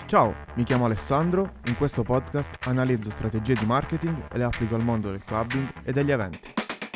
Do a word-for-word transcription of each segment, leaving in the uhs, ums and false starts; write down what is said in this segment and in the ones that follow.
Ciao, mi chiamo Alessandro, in questo podcast analizzo strategie di marketing e le applico al mondo del clubbing e degli eventi.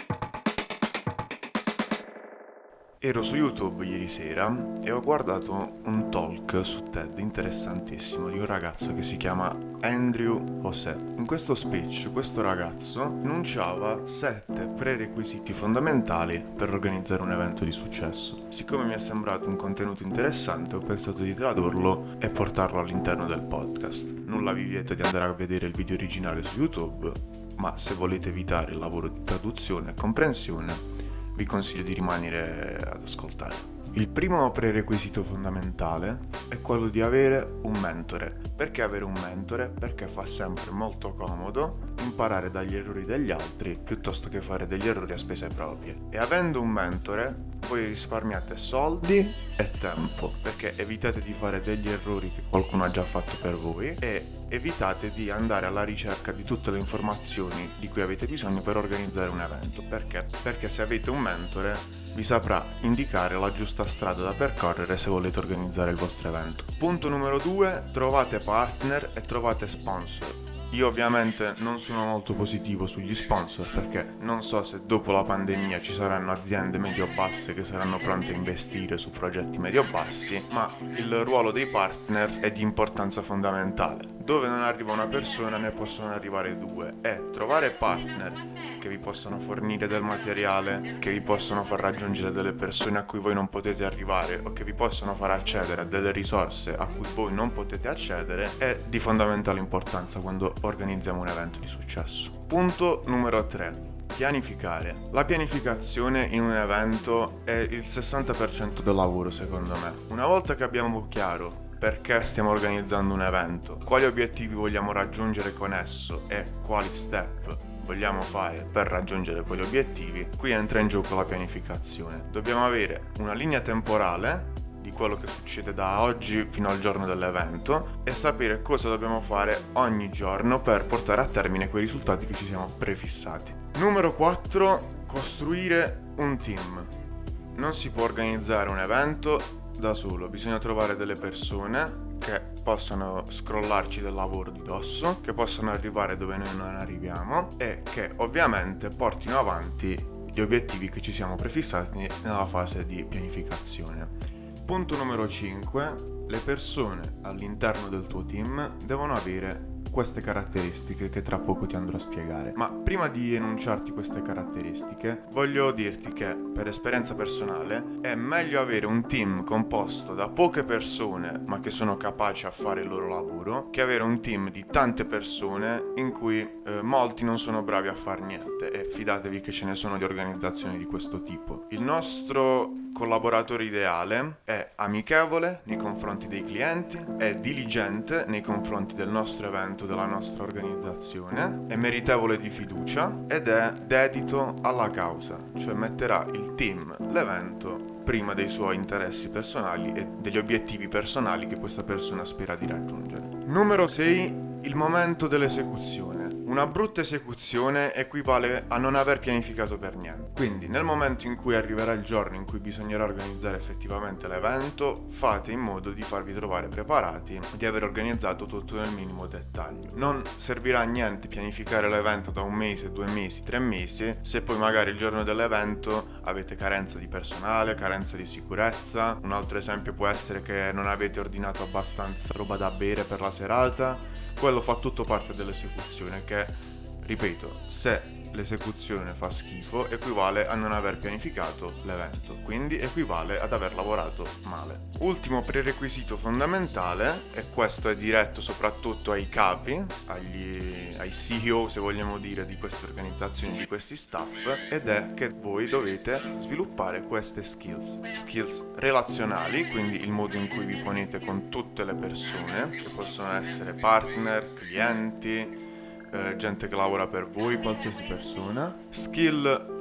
Ero su YouTube ieri sera e ho guardato un talk su TED interessantissimo di un ragazzo che si chiama Andrew José. In questo speech questo ragazzo enunciava sette prerequisiti fondamentali per organizzare un evento di successo. Siccome mi è sembrato un contenuto interessante, ho pensato di tradurlo e portarlo all'interno del podcast. Nulla vi vieta di andare a vedere il video originale su YouTube, ma se volete evitare il lavoro di traduzione e comprensione, vi consiglio di rimanere ad ascoltare. Il primo prerequisito fondamentale è quello di avere un mentore. Perché avere un mentore? Perché fa sempre molto comodo imparare dagli errori degli altri piuttosto che fare degli errori a spese proprie. E avendo un mentore voi risparmiate soldi e tempo, perché evitate di fare degli errori che qualcuno ha già fatto per voi e evitate di andare alla ricerca di tutte le informazioni di cui avete bisogno per organizzare un evento. Perché? Perché se avete un mentore vi saprà indicare la giusta strada da percorrere se volete organizzare il vostro evento. Punto numero due, trovate partner e trovate sponsor. Io ovviamente non sono molto positivo sugli sponsor perché non so se dopo la pandemia ci saranno aziende medio-basse che saranno pronte a investire su progetti medio-bassi, ma il ruolo dei partner è di importanza fondamentale. Dove non arriva una persona ne possono arrivare due e trovare partner che vi possono fornire del materiale, che vi possono far raggiungere delle persone a cui voi non potete arrivare o che vi possono far accedere a delle risorse a cui voi non potete accedere è di fondamentale importanza quando organizziamo un evento di successo. Punto numero tre. Pianificare. La pianificazione in un evento è il sessanta per cento del lavoro, secondo me. Una volta che abbiamo chiaro perché stiamo organizzando un evento, quali obiettivi vogliamo raggiungere con esso e quali step vogliamo fare per raggiungere quegli obiettivi, qui entra in gioco la pianificazione. Dobbiamo avere una linea temporale di quello che succede da oggi fino al giorno dell'evento e sapere cosa dobbiamo fare ogni giorno per portare a termine quei risultati che ci siamo prefissati. Numero quattro. Costruire un team. Non si può organizzare un evento da solo, bisogna trovare delle persone che possano scrollarci del lavoro di dosso, che possano arrivare dove noi non arriviamo e che ovviamente portino avanti gli obiettivi che ci siamo prefissati nella fase di pianificazione. Punto numero cinque. Le persone all'interno del tuo team devono avere queste caratteristiche che tra poco ti andrò a spiegare. Ma prima di enunciarti queste caratteristiche, voglio dirti che, per esperienza personale, è meglio avere un team composto da poche persone, ma che sono capaci a fare il loro lavoro, che avere un team di tante persone in cui eh, molti non sono bravi a far niente. E fidatevi che ce ne sono di organizzazioni di questo tipo. Il nostro collaboratore ideale è amichevole nei confronti dei clienti, è diligente nei confronti del nostro evento, della nostra organizzazione, è meritevole di fiducia ed è dedito alla causa, cioè metterà il team, l'evento, prima dei suoi interessi personali e degli obiettivi personali che questa persona spera di raggiungere. Numero sei. Il momento dell'esecuzione. Una brutta esecuzione equivale a non aver pianificato per niente. Quindi nel momento in cui arriverà il giorno in cui bisognerà organizzare effettivamente l'evento, fate in modo di farvi trovare preparati e di aver organizzato tutto nel minimo dettaglio. Non servirà a niente pianificare l'evento da un mese, due mesi, tre mesi se poi magari il giorno dell'evento avete carenza di personale, carenza di sicurezza. Un altro esempio può essere che non avete ordinato abbastanza roba da bere per la serata. Quello fa tutto parte dell'esecuzione che, ripeto, se l'esecuzione fa schifo equivale a non aver pianificato l'evento, quindi equivale ad aver lavorato male. Ultimo prerequisito fondamentale, e questo è diretto soprattutto ai capi, agli, ai C E O se vogliamo dire di queste organizzazioni, di questi staff, ed è che voi dovete sviluppare queste skills, skills relazionali, quindi il modo in cui vi ponete con tutte le persone, che possono essere partner, clienti, Eh, gente che lavora per voi, qualsiasi persona. Skill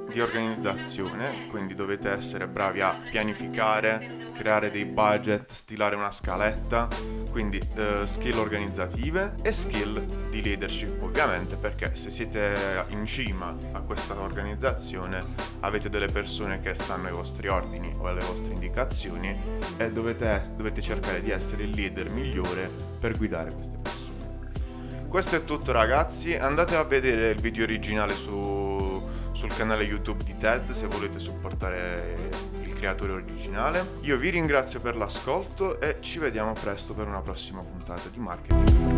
di organizzazione, quindi dovete essere bravi a pianificare, creare dei budget, stilare una scaletta, quindi eh, skill organizzative e skill di leadership, ovviamente, perché se siete in cima a questa organizzazione avete delle persone che stanno ai vostri ordini o alle vostre indicazioni e dovete, dovete cercare di essere il leader migliore per guidare queste persone. Questo è tutto, ragazzi, andate a vedere il video originale su, sul canale YouTube di Ted se volete supportare il creatore originale. Io vi ringrazio per l'ascolto e ci vediamo presto per una prossima puntata di Marketing.